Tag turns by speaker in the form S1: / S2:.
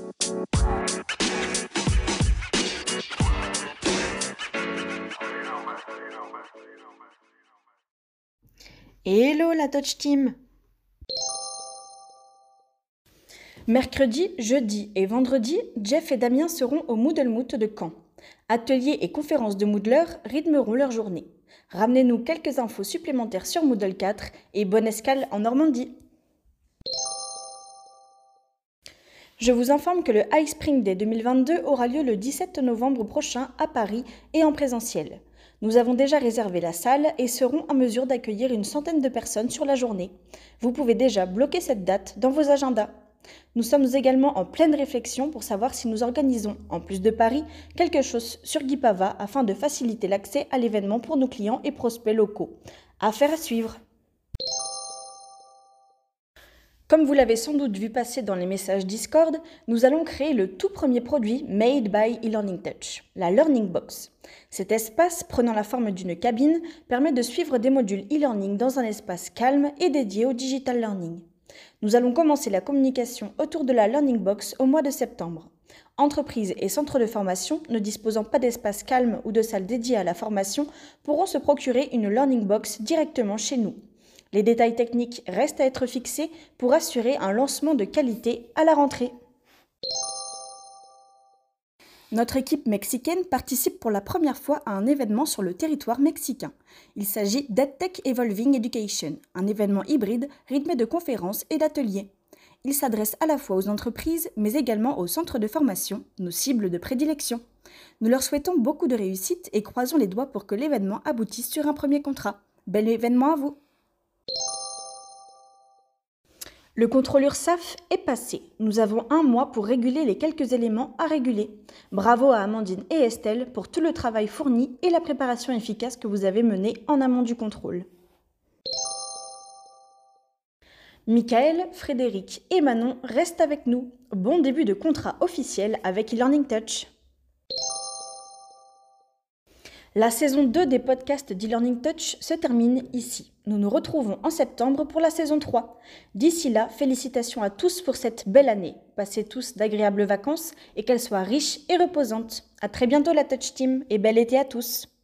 S1: Hello la Touch Team! Mercredi, jeudi et vendredi, Jeff et Damien seront au Moodle Moot de Caen. Ateliers et conférences de Moodleurs rythmeront leur journée. Ramenez-nous quelques infos supplémentaires sur Moodle 4 et bonne escale en Normandie. Je vous informe que le High Spring Day 2022 aura lieu le 17 novembre prochain à Paris et en présentiel. Nous avons déjà réservé la salle et serons en mesure d'accueillir une centaine de personnes sur la journée. Vous pouvez déjà bloquer cette date dans vos agendas. Nous sommes également en pleine réflexion pour savoir si nous organisons, en plus de Paris, quelque chose sur Guipava afin de faciliter l'accès à l'événement pour nos clients et prospects locaux. Affaire à suivre. Comme vous l'avez sans doute vu passer dans les messages Discord, nous allons créer le tout premier produit Made by eLearning Touch, la Learning Box. Cet espace, prenant la forme d'une cabine, permet de suivre des modules e-learning dans un espace calme et dédié au digital learning. Nous allons commencer la communication autour de la Learning Box au mois de septembre. Entreprises et centres de formation ne disposant pas d'espace calme ou de salles dédiées à la formation pourront se procurer une Learning Box directement chez nous. Les détails techniques restent à être fixés pour assurer un lancement de qualité à la rentrée. Notre équipe mexicaine participe pour la première fois à un événement sur le territoire mexicain. Il s'agit d'EdTech Evolving Education, un événement hybride rythmé de conférences et d'ateliers. Il s'adresse à la fois aux entreprises, mais également aux centres de formation, nos cibles de prédilection. Nous leur souhaitons beaucoup de réussite et croisons les doigts pour que l'événement aboutisse sur un premier contrat. Bel événement à vous! Le contrôle URSSAF est passé. Nous avons un mois pour réguler les quelques éléments à réguler. Bravo à Amandine et Estelle pour tout le travail fourni et la préparation efficace que vous avez menée en amont du contrôle. Michael, Frédéric et Manon restent avec nous. Bon début de contrat officiel avec eLearning Touch. La saison 2 des podcasts d'eLearning Touch se termine ici. Nous nous retrouvons en septembre pour la saison 3. D'ici là, félicitations à tous pour cette belle année. Passez tous d'agréables vacances et qu'elles soient riches et reposantes. À très bientôt la Touch Team et bel été à tous.